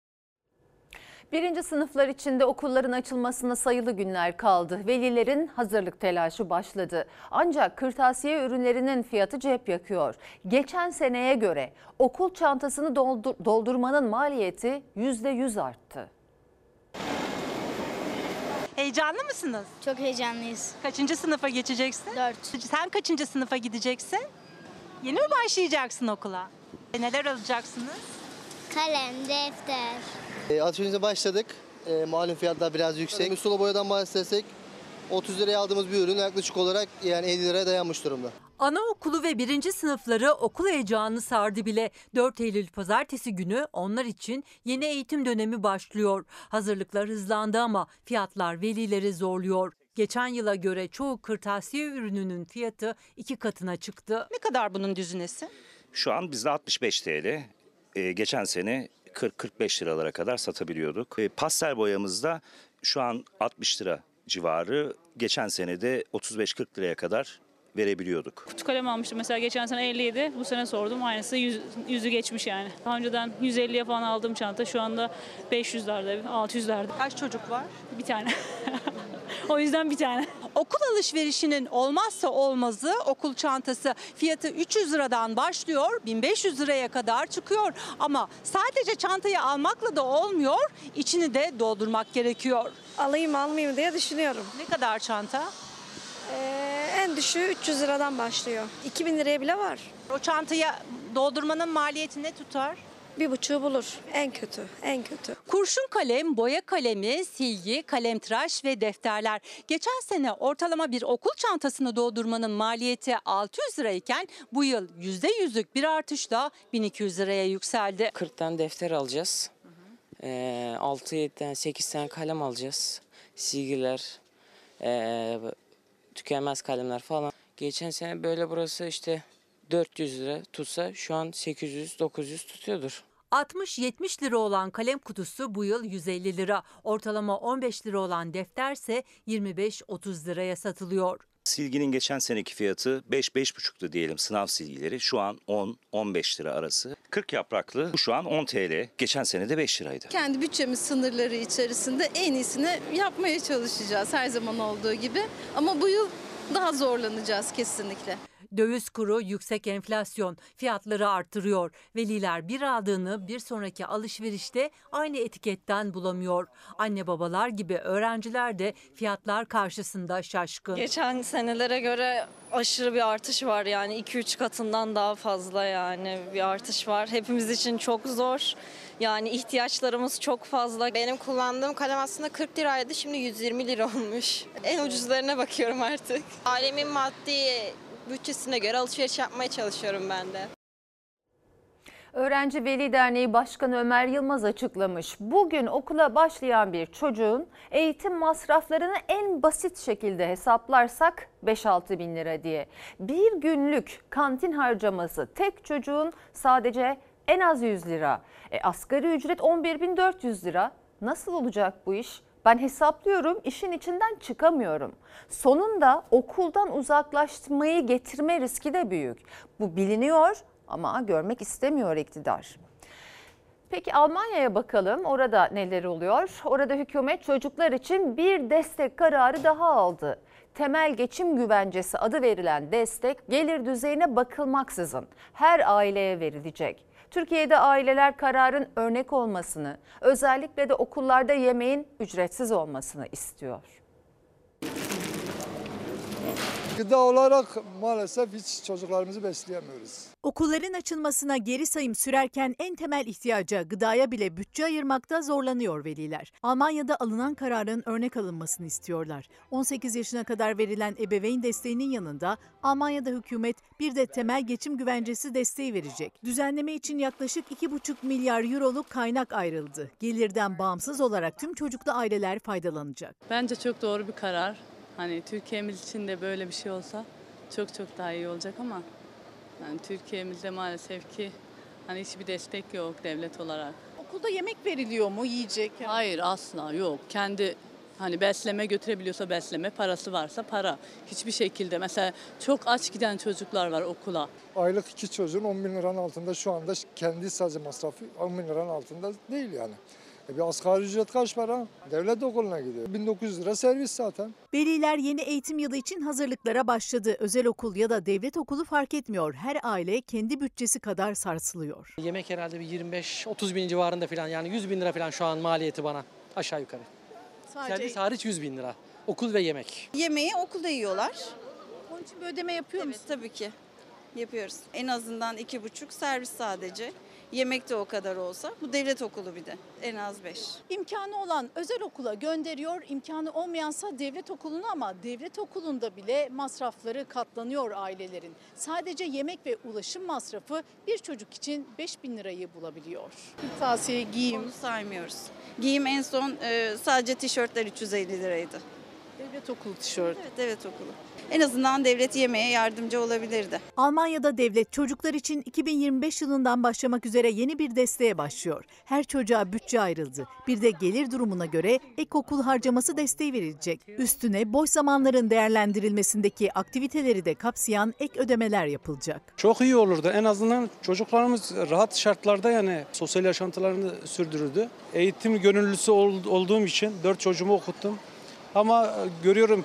Birinci sınıflar içinde okulların açılmasına sayılı günler kaldı. Velilerin hazırlık telaşı başladı. Ancak kırtasiye ürünlerinin fiyatı cep yakıyor. Geçen seneye göre okul çantasını doldurmanın maliyeti %100 arttı. Heyecanlı mısınız? Çok heyecanlıyız. Kaçıncı sınıfa geçeceksin? 4. Sen kaçıncı sınıfa gideceksin? Yeni mi başlayacaksın okula? Neler alacaksınız? Kalem, defter. Alışverişe başladık. Malum fiyatlar biraz yüksek. Sulu boyadan bahsetsek 30 liraya aldığımız bir ürün yaklaşık olarak 50 liraya dayanmış durumda. Anaokulu ve 1. sınıfları okul heyecanı sardı bile. 4 Eylül pazartesi günü onlar için yeni eğitim dönemi başlıyor. Hazırlıklar hızlandı ama fiyatlar velileri zorluyor. Geçen yıla göre çoğu kırtasiye ürününün fiyatı 2 katına çıktı. Ne kadar bunun düzinesi? Şu an bizde 65 TL. Geçen sene 40-45 liralara kadar satabiliyorduk. Pastel boyamızda şu an 60 lira civarı. Geçen sene de 35-40 liraya kadar verebiliyorduk. Kutu kalem almıştım mesela geçen sene 57. Bu sene sordum aynısı 100'ü geçmiş yani. Daha önceden 150'ye falan aldığım çanta şu anda 500'lerde, 600'lerde. Kaç çocuk var? Bir tane. O yüzden bir tane. Okul alışverişinin olmazsa olmazı okul çantası. Fiyatı 300 liradan başlıyor, 1500 liraya kadar çıkıyor. Ama sadece çantayı almakla da olmuyor, içini de doldurmak gerekiyor. Alayım almayayım diye düşünüyorum. Ne kadar çanta? En düşüğü 300 liradan başlıyor. 2000 liraya bile var. O çantayı doldurmanın maliyeti ne tutar? 1,5 bulur. En kötü, en kötü. Kurşun kalem, boya kalemi, silgi, kalemtıraş ve defterler. Geçen sene ortalama bir okul çantasını doldurmanın maliyeti 600 lirayken bu yıl %100'lük bir artışla 1200 liraya yükseldi. 40 tane defter alacağız. 6-7 tane 8 tane kalem alacağız. Silgiler, tükenmez kalemler falan. Geçen sene böyle burası işte 400 lira tutsa şu an 800-900 tutuyordur. 60-70 lira olan kalem kutusu bu yıl 150 lira. Ortalama 15 lira olan defterse 25-30 liraya satılıyor. Silginin geçen seneki fiyatı 5-5,5'tu diyelim sınav silgileri. Şu an 10-15 lira arası. 40 yapraklı bu şu an 10 TL. Geçen sene de 5 liraydı. Kendi bütçemiz sınırları içerisinde en iyisini yapmaya çalışacağız her zaman olduğu gibi. Ama bu yıl daha zorlanacağız kesinlikle. Döviz kuru, yüksek enflasyon fiyatları artırıyor. Veliler bir aldığını bir sonraki alışverişte aynı etiketten bulamıyor. Anne babalar gibi öğrenciler de fiyatlar karşısında şaşkın. Geçen senelere göre aşırı bir artış var, yani 2-3 katından daha fazla yani bir artış var. Hepimiz için çok zor. Yani ihtiyaçlarımız çok fazla. Benim kullandığım kalem aslında 40 liraydı, şimdi 120 lira olmuş. En ucuzlarına bakıyorum artık. Ailemin maddi bütçesine göre alışveriş yapmaya çalışıyorum ben de. Öğrenci Veli Derneği Başkanı Ömer Yılmaz açıklamış. Bugün okula başlayan bir çocuğun eğitim masraflarını en basit şekilde hesaplarsak 5-6 bin lira diye. Bir günlük kantin harcaması tek çocuğun sadece en az 100 lira. Asgari ücret 11.400 lira. Nasıl olacak bu iş? Ben hesaplıyorum, işin içinden çıkamıyorum. Sonunda okuldan uzaklaşmayı getirme riski de büyük. Bu biliniyor ama görmek istemiyor iktidar. Peki Almanya'ya bakalım. Orada neler oluyor? Orada hükümet çocuklar için bir destek kararı daha aldı. Temel geçim güvencesi adı verilen destek gelir düzeyine bakılmaksızın her aileye verilecek. Türkiye'de aileler kararın örnek olmasını, özellikle de okullarda yemeğin ücretsiz olmasını istiyor. Gıda olarak maalesef hiç çocuklarımızı besleyemiyoruz. Okulların açılmasına geri sayım sürerken en temel ihtiyaca, gıdaya bile bütçe ayırmakta zorlanıyor veliler. Almanya'da alınan kararın örnek alınmasını istiyorlar. 18 yaşına kadar verilen ebeveyn desteğinin yanında Almanya'da hükümet bir de temel geçim güvencesi desteği verecek. Düzenleme için yaklaşık 2,5 milyar euroluk kaynak ayrıldı. Gelirden bağımsız olarak tüm çocuklu aileler faydalanacak. Bence çok doğru bir karar. Hani Türkiye'miz için de böyle bir şey olsa çok daha iyi olacak ama yani Türkiye'mizde maalesef ki hani hiçbir destek yok devlet olarak. Okulda yemek veriliyor mu, yiyecek? Hayır, asla yok. Kendi hani besleme götürebiliyorsa besleme, parası varsa para. Hiçbir şekilde mesela çok aç giden çocuklar var okula. Aylık 2 çocuğun 10 bin liranın altında şu anda kendi sadece masrafı 10 bin liranın altında değil yani. Bir asgari ücret kaç para? Devlet okuluna gidiyor. 1900 lira servis zaten. Veliler yeni eğitim yılı için hazırlıklara başladı. Özel okul ya da devlet okulu fark etmiyor. Her aile kendi bütçesi kadar sarsılıyor. Yemek herhalde bir 25-30 bin civarında falan, yani 100 bin lira falan şu an maliyeti bana aşağı yukarı. Servis hariç 100 bin lira. Okul ve yemek. Yemeği okulda yiyorlar. Onun için bir ödeme yapıyor musun? Evet, tabii ki yapıyoruz. En azından 2,5 servis sadece. Yemek de o kadar olsa. Bu devlet okulu bir de. En az 5. İmkanı olan özel okula gönderiyor, imkanı olmayansa devlet okuluna, ama devlet okulunda bile masrafları katlanıyor ailelerin. Sadece yemek ve ulaşım masrafı bir çocuk için 5 bin lirayı bulabiliyor. Kırtasiye, giyim. Onu saymıyoruz. Giyim en son sadece tişörtler 350 liraydı. Devlet okulu tişört. Evet, devlet okulu. En azından devlet yemeğe yardımcı olabilirdi. Almanya'da devlet çocuklar için 2025 yılından başlamak üzere yeni bir desteğe başlıyor. Her çocuğa bütçe ayrıldı. Bir de gelir durumuna göre ek okul harcaması desteği verilecek. Üstüne boş zamanların değerlendirilmesindeki aktiviteleri de kapsayan ek ödemeler yapılacak. Çok iyi olurdu. En azından çocuklarımız rahat şartlarda yani sosyal yaşantılarını sürdürürdü. Eğitim gönüllüsü olduğum için 4 çocuğumu okuttum. Ama görüyorum ki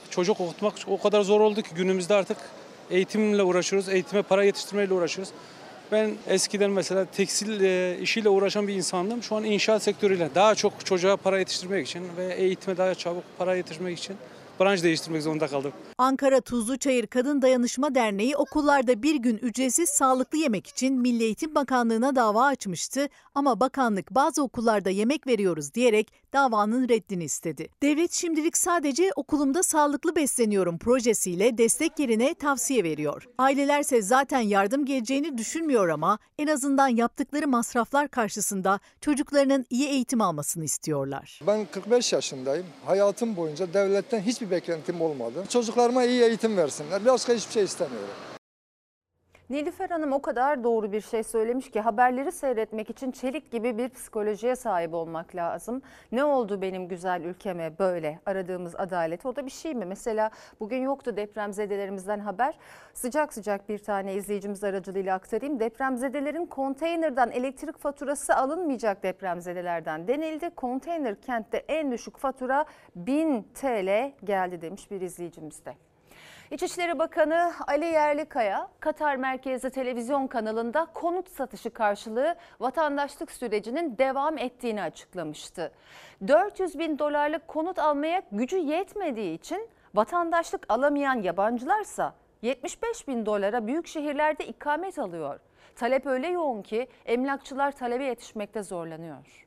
çocuk okutmak o kadar zor oldu ki günümüzde artık eğitimle uğraşıyoruz. Eğitime para yetiştirmeyle uğraşıyoruz. Ben eskiden mesela tekstil işiyle uğraşan bir insandım. Şu an inşaat sektörüyle daha çok çocuğa para yetiştirmek için ve eğitime daha çabuk para yetiştirmek için branş değiştirmek zorunda kaldım. Ankara Tuzluçayır Kadın Dayanışma Derneği okullarda bir gün ücretsiz sağlıklı yemek için Milli Eğitim Bakanlığı'na dava açmıştı ama bakanlık bazı okullarda yemek veriyoruz diyerek davanın reddini istedi. Devlet şimdilik sadece okulumda sağlıklı besleniyorum projesiyle destek yerine tavsiye veriyor. Ailelerse zaten yardım geleceğini düşünmüyor ama en azından yaptıkları masraflar karşısında çocuklarının iyi eğitim almasını istiyorlar. Ben 45 yaşındayım. Hayatım boyunca devletten hiçbir beklentim olmadı. Çocuklarıma iyi eğitim versinler. Başka hiçbir şey istemiyorum. Nilüfer Hanım o kadar doğru bir şey söylemiş ki haberleri seyretmek için çelik gibi bir psikolojiye sahip olmak lazım. Ne oldu benim güzel ülkeme böyle aradığımız adalet, o da bir şey mi? Mesela bugün yoktu depremzedelerimizden haber. Sıcak sıcak bir tane izleyicimiz aracılığıyla aktarayım. Depremzedelerin konteynerden elektrik faturası alınmayacak depremzedelerden denildi. Konteyner kentte en düşük fatura 1000 TL geldi demiş bir izleyicimiz de. İçişleri Bakanı Ali Yerlikaya, Katar merkezli televizyon kanalında konut satışı karşılığı vatandaşlık sürecinin devam ettiğini açıklamıştı. 400 bin dolarlık konut almaya gücü yetmediği için vatandaşlık alamayan yabancılarsa 75 bin dolara büyük şehirlerde ikamet alıyor. Talep öyle yoğun ki emlakçılar talebe yetişmekte zorlanıyor.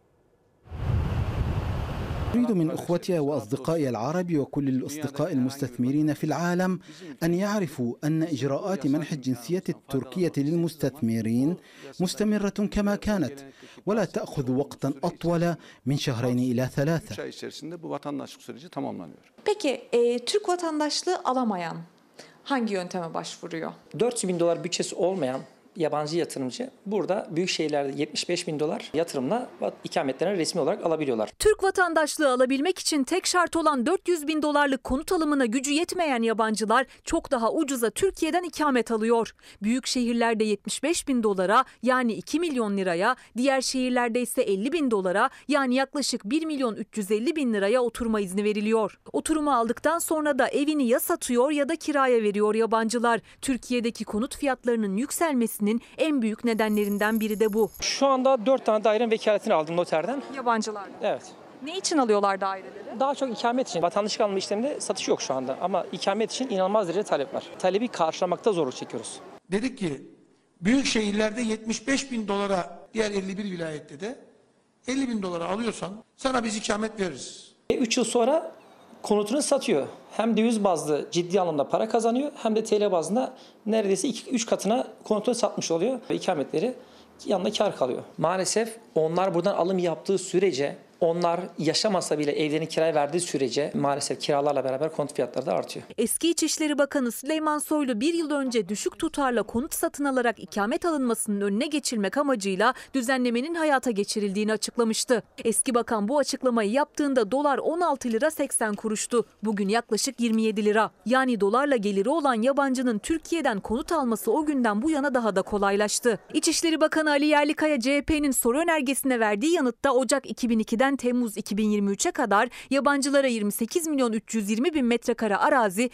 أريد من إخوتي وأصدقائي العرب وكل الأصدقاء المستثمرين في العالم أن يعرفوا أن إجراءات منح الجنسية التركية للمستثمرين مستمرة كما كانت ولا تأخذ وقتا أطول من شهرين إلى 3. içerisinde bu vatandaşlık süreci tamamlanıyor. Peki Türk vatandaşlığı alamayan hangi yönteme başvuruyor? 400 bin dolar bütçesi olmayan yabancı yatırımcı burada büyük şehirlerde 75 bin dolar yatırımla ikametlerini resmi olarak alabiliyorlar. Türk vatandaşlığı alabilmek için tek şart olan 400 bin dolarlık konut alımına gücü yetmeyen yabancılar çok daha ucuza Türkiye'den ikamet alıyor. Büyük şehirlerde 75 bin dolara yani 2 milyon liraya, diğer şehirlerde ise 50 bin dolara yani yaklaşık 1 milyon 350 bin liraya oturma izni veriliyor. Oturumu aldıktan sonra da evini ya satıyor ya da kiraya veriyor yabancılar. Türkiye'deki konut fiyatlarının yükselmesi en büyük nedenlerinden biri de bu. Şu anda 4 tane dairenin vekaletini aldım noterden. Yabancılar. Evet. Ne için alıyorlar daireleri? Daha çok ikamet için. Vatandaşlık alma işleminde satış yok şu anda ama ikamet için inanılmaz derecede talep var. Talebi karşılamakta zorluk çekiyoruz. Dedik ki büyük şehirlerde 75 bin dolara, diğer 51 vilayette de 50 bin dolara alıyorsan sana biz ikamet veririz. 3 yıl sonra konutunu satıyor. Hem döviz bazlı ciddi anlamda para kazanıyor hem de TL bazında neredeyse 2-3 katına konutunu satmış oluyor. İkametleri yanında kar kalıyor. Maalesef onlar buradan alım yaptığı sürece, onlar yaşamasa bile evlerini kiraya verdiği sürece maalesef kiralarla beraber konut fiyatları da artıyor. Eski İçişleri Bakanı Süleyman Soylu bir yıl önce düşük tutarla konut satın alarak ikamet alınmasının önüne geçilmek amacıyla düzenlemenin hayata geçirildiğini açıklamıştı. Eski bakan bu açıklamayı yaptığında dolar 16 lira 80 kuruştu. Bugün yaklaşık 27 lira. Yani dolarla geliri olan yabancının Türkiye'den konut alması o günden bu yana daha da kolaylaştı. İçişleri Bakanı Ali Yerlikaya CHP'nin soru önergesine verdiği yanıtta Ocak 2002'den Temmuz 2023'e kadar yabancılara 28 milyon 320 bin metrekare arazi,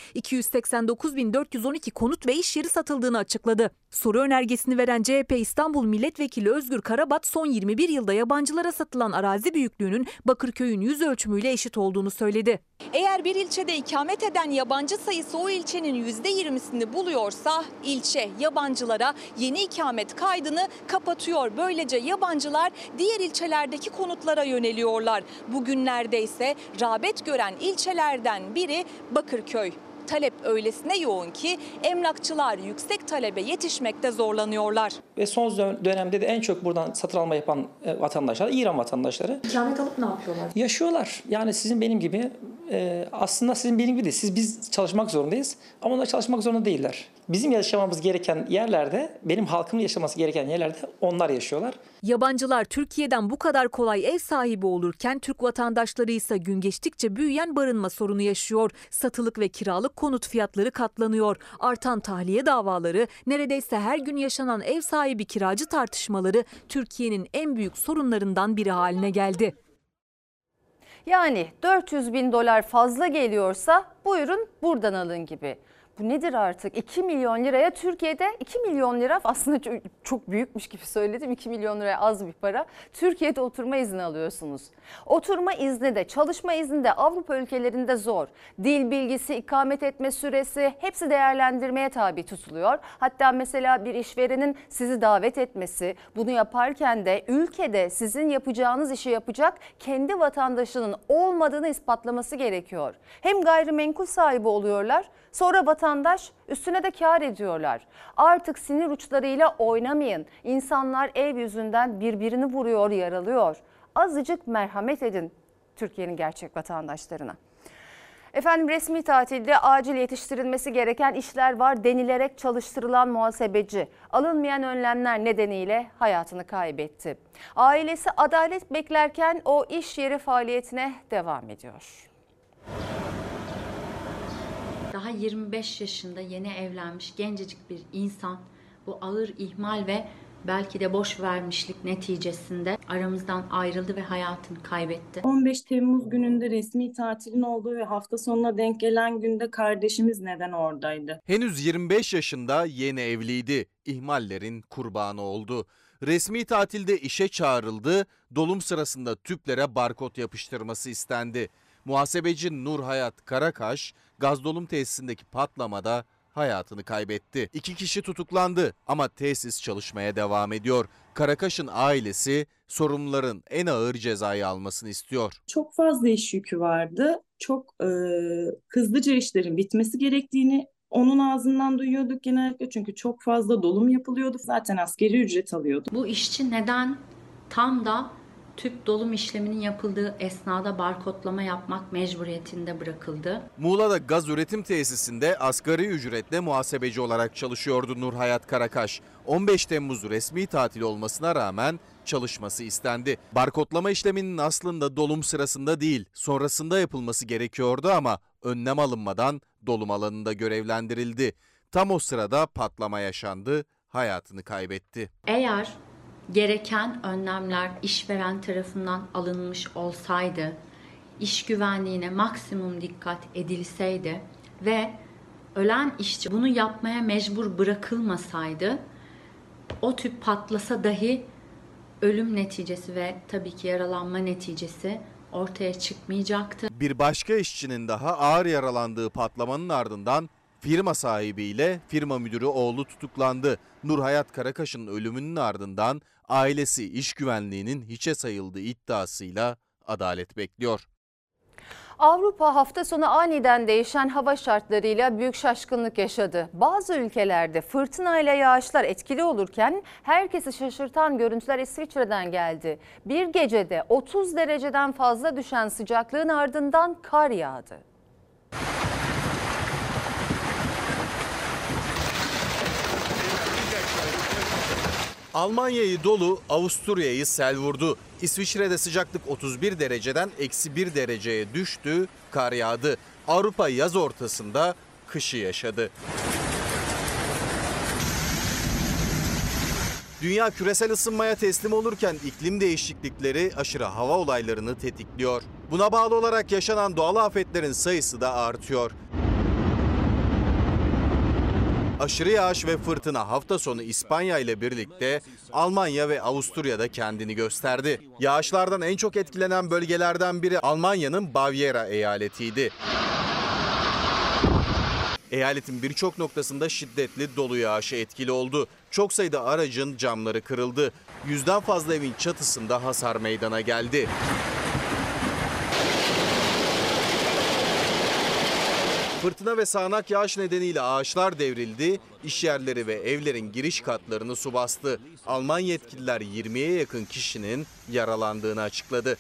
289 bin 412 konut ve iş yeri satıldığını açıkladı. Soru önergesini veren CHP İstanbul Milletvekili Özgür Karabat son 21 yılda yabancılara satılan arazi büyüklüğünün Bakırköy'ün yüz ölçümüyle eşit olduğunu söyledi. Eğer bir ilçede ikamet eden yabancı sayısı o ilçenin %20'sini buluyorsa ilçe yabancılara yeni ikamet kaydını kapatıyor. Böylece yabancılar diğer ilçelerdeki konutlara yöneliyorlar. Bugünlerde ise rağbet gören ilçelerden biri Bakırköy. Talep öylesine yoğun ki emlakçılar yüksek talebe yetişmekte zorlanıyorlar. Ve son dönemde de en çok buradan satın alma yapan vatandaşlar İran vatandaşları. İkamet alıp ne yapıyorlar? Yaşıyorlar. Yani sizin benim gibi aslında sizin benim gibi değil. Biz çalışmak zorundayız ama onlar çalışmak zorunda değiller. Bizim yaşamamız gereken yerlerde, benim halkımın yaşaması gereken yerlerde onlar yaşıyorlar. Yabancılar Türkiye'den bu kadar kolay ev sahibi olurken Türk vatandaşları ise gün geçtikçe büyüyen barınma sorunu yaşıyor. Satılık ve kiralık konut fiyatları katlanıyor. Artan tahliye davaları, neredeyse her gün yaşanan ev sahibi kiracı tartışmaları Türkiye'nin en büyük sorunlarından biri haline geldi. Yani 400 bin dolar fazla geliyorsa buyurun buradan alın gibi. Bu nedir artık? 2 milyon liraya Türkiye'de 2 milyon lira aslında çok büyükmüş gibi söyledim. 2 milyon liraya az bir para. Türkiye'de oturma izni alıyorsunuz. Oturma izni de çalışma izni de Avrupa ülkelerinde zor. Dil bilgisi, ikamet etme süresi hepsi değerlendirmeye tabi tutuluyor. Hatta mesela bir işverenin sizi davet etmesi, bunu yaparken de ülkede sizin yapacağınız işi yapacak kendi vatandaşının olmadığını ispatlaması gerekiyor. Hem gayrimenkul sahibi oluyorlar, sonra vatandaş üstüne de kâr ediyorlar. Artık sinir uçlarıyla oynamayın. İnsanlar ev yüzünden birbirini vuruyor, yaralıyor. Azıcık merhamet edin Türkiye'nin gerçek vatandaşlarına. Efendim resmi tatilde acil yetiştirilmesi gereken işler var denilerek çalıştırılan muhasebeci alınmayan önlemler nedeniyle hayatını kaybetti. Ailesi adalet beklerken o iş yeri faaliyetine devam ediyor. Daha 25 yaşında yeni evlenmiş gencecik bir insan bu ağır ihmal ve belki de boş vermişlik neticesinde aramızdan ayrıldı ve hayatını kaybetti. 15 Temmuz gününde resmi tatilin olduğu ve hafta sonuna denk gelen günde kardeşimiz neden oradaydı? Henüz 25 yaşında yeni evliydi. İhmallerin kurbanı oldu. Resmi tatilde işe çağrıldı. Dolum sırasında tüplere barkod yapıştırması istendi. Muhasebeci Nurhayat Karakaş gaz dolum tesisindeki patlamada hayatını kaybetti. 2 kişi tutuklandı ama tesis çalışmaya devam ediyor. Karakaş'ın ailesi sorumluların en ağır cezayı almasını istiyor. Çok fazla iş yükü vardı. Çok hızlıca işlerin bitmesi gerektiğini onun ağzından duyuyorduk genellikle. Çünkü çok fazla dolum yapılıyordu. Zaten asgari ücret alıyordu. Bu işçi neden tam da tüp dolum işleminin yapıldığı esnada barkodlama yapmak mecburiyetinde bırakıldı? Muğla'da gaz üretim tesisinde asgari ücretle muhasebeci olarak çalışıyordu Nurhayat Karakaş. 15 Temmuz resmi tatil olmasına rağmen çalışması istendi. Barkodlama işleminin aslında dolum sırasında değil, sonrasında yapılması gerekiyordu ama önlem alınmadan dolum alanında görevlendirildi. Tam o sırada patlama yaşandı, hayatını kaybetti. Eğer gereken önlemler işveren tarafından alınmış olsaydı, iş güvenliğine maksimum dikkat edilseydi ve ölen işçi bunu yapmaya mecbur bırakılmasaydı, o tüp patlasa dahi ölüm neticesi ve tabii ki yaralanma neticesi ortaya çıkmayacaktı. Bir başka işçinin daha ağır yaralandığı patlamanın ardından firma sahibiyle firma müdürü oğlu tutuklandı. Nurhayat Karakaş'ın ölümünün ardından ailesi iş güvenliğinin hiçe sayıldığı iddiasıyla adalet bekliyor. Avrupa hafta sonu aniden değişen hava şartlarıyla büyük şaşkınlık yaşadı. Bazı ülkelerde fırtınayla yağışlar etkili olurken herkesi şaşırtan görüntüler İsviçre'den geldi. Bir gecede 30 dereceden fazla düşen sıcaklığın ardından kar yağdı. Almanya'yı dolu, Avusturya'yı sel vurdu. İsviçre'de sıcaklık 31 dereceden -1 dereceye düştü, kar yağdı. Avrupa yaz ortasında kışı yaşadı. Dünya küresel ısınmaya teslim olurken iklim değişiklikleri aşırı hava olaylarını tetikliyor. Buna bağlı olarak yaşanan doğal afetlerin sayısı da artıyor. Aşırı yağış ve fırtına hafta sonu İspanya ile birlikte Almanya ve Avusturya'da kendini gösterdi. Yağışlardan en çok etkilenen bölgelerden biri Almanya'nın Bavyera eyaletiydi. Eyaletin birçok noktasında şiddetli dolu yağışı etkili oldu. Çok sayıda aracın camları kırıldı. 100'den fazla evin çatısında hasar meydana geldi. Fırtına ve sağanak yağış nedeniyle ağaçlar devrildi, iş yerleri ve evlerin giriş katlarını su bastı. Alman yetkililer 20'ye yakın kişinin yaralandığını açıkladı.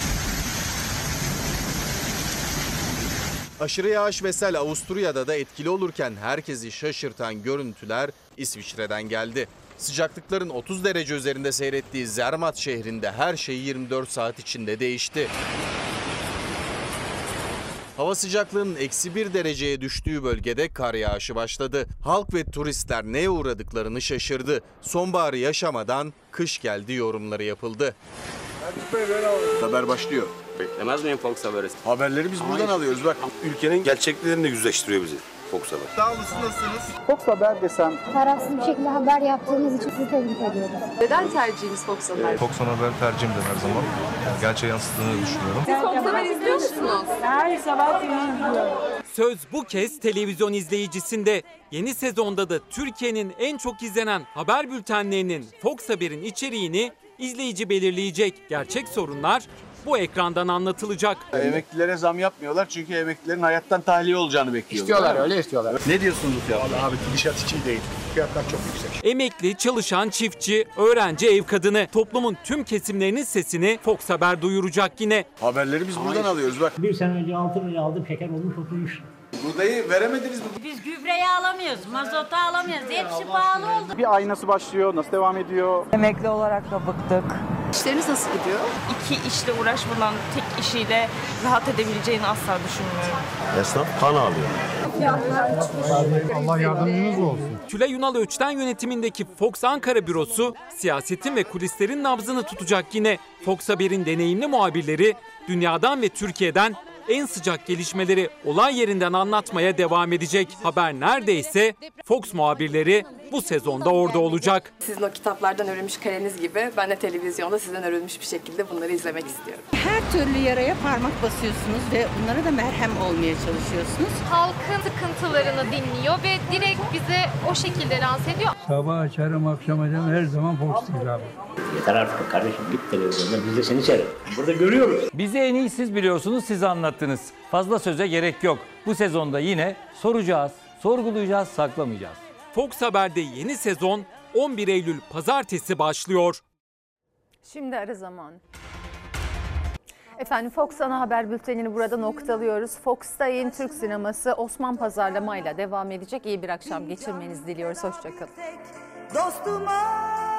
Aşırı yağış ve sel Avusturya'da da etkili olurken herkesi şaşırtan görüntüler İsviçre'den geldi. Sıcaklıkların 30 derece üzerinde seyrettiği Zermatt şehrinde her şey 24 saat içinde değişti. Hava sıcaklığının -1 dereceye düştüğü bölgede kar yağışı başladı. Halk ve turistler neye uğradıklarını şaşırdı. Sonbaharı yaşamadan kış geldi yorumları yapıldı. Haber başlıyor. Beklemez miyim Fox Haber'i? Haberleri biz buradan alıyoruz bak. Ülkenin gerçeklerini yüzleştiriyor bizi Fox Haber. Sağ olasın, nasılsınız? Fox Haber desem. Tarafsız bir şekilde haber yaptığınız için sizi tebrik ediyorum. Neden tercihiniz Fox Haber? Fox Haber tercihimdir her zaman. Gerçeği yansıttığını düşünüyorum. Siz Fox Haber izliyor musunuz? Her sabah izliyorum. Söz bu kez televizyon izleyicisinde. Yeni sezonda da Türkiye'nin en çok izlenen haber bültenlerinin Fox Haber'in içeriğini izleyici belirleyecek. Gerçek sorunlar bu ekrandan anlatılacak. Emeklilere zam yapmıyorlar çünkü emeklilerin hayattan tahliye olacağını bekliyorlar. İstiyorlar, öyle istiyorlar. Ne diyorsunuz fiyatlar? Abi gidişat hiç iyi değil. Fiyatlar çok yüksek. Emekli, çalışan, çiftçi, öğrenci, ev kadını, toplumun tüm kesimlerinin sesini Fox Haber duyuracak yine. Haberleri biz buradan alıyoruz bak. Bir sene önce 6 liraya aldım, şeker olmuş 33 lira. Buğdayı veremediniz mi? Biz gübreyi alamıyoruz, mazotu alamıyoruz. Hepsi pahalı oldu. Bir ay nasıl başlıyor, nasıl devam ediyor? Emekli olarak da bıktık. İşleriniz nasıl gidiyor? 2 işle uğraşmadan tek işiyle rahat edebileceğini asla düşünmüyorum. Esnaf kan ağlıyor. Allah yardımcınız olsun. Tülay Ünal Öç'ten yönetimindeki Fox Ankara bürosu siyasetin ve kulislerin nabzını tutacak yine. Fox Haber'in deneyimli muhabirleri dünyadan ve Türkiye'den en sıcak gelişmeleri olay yerinden anlatmaya devam edecek. Haber neredeyse Fox muhabirleri bu sezonda orada olacak. Sizin o kitaplardan örülmüş kaleniz gibi ben de televizyonda sizden örülmüş bir şekilde bunları izlemek istiyorum. Her türlü yaraya parmak basıyorsunuz ve bunlara da merhem olmaya çalışıyorsunuz. Halkın sıkıntılarını dinliyor ve direkt bize o şekilde lanse ediyor. Sabah açarım, akşam açarım, her zaman Fox değil abi. Yeter artık kardeşim, git televizyonda, biz de seni seyredelim. Burada görüyoruz. Bizi en iyi siz biliyorsunuz, siz anlattınız. Fazla söze gerek yok. Bu sezonda yine soracağız, sorgulayacağız, saklamayacağız. Fox Haber'de yeni sezon 11 Eylül Pazartesi başlıyor. Şimdi ara zaman. Efendim Fox Ana Haber Bülteni'ni burada noktalıyoruz. Fox'ta yeni Türk sineması Osman pazarlamayla devam edecek. İyi bir akşam geçirmenizi diliyoruz. Hoşçakalın. Dostuma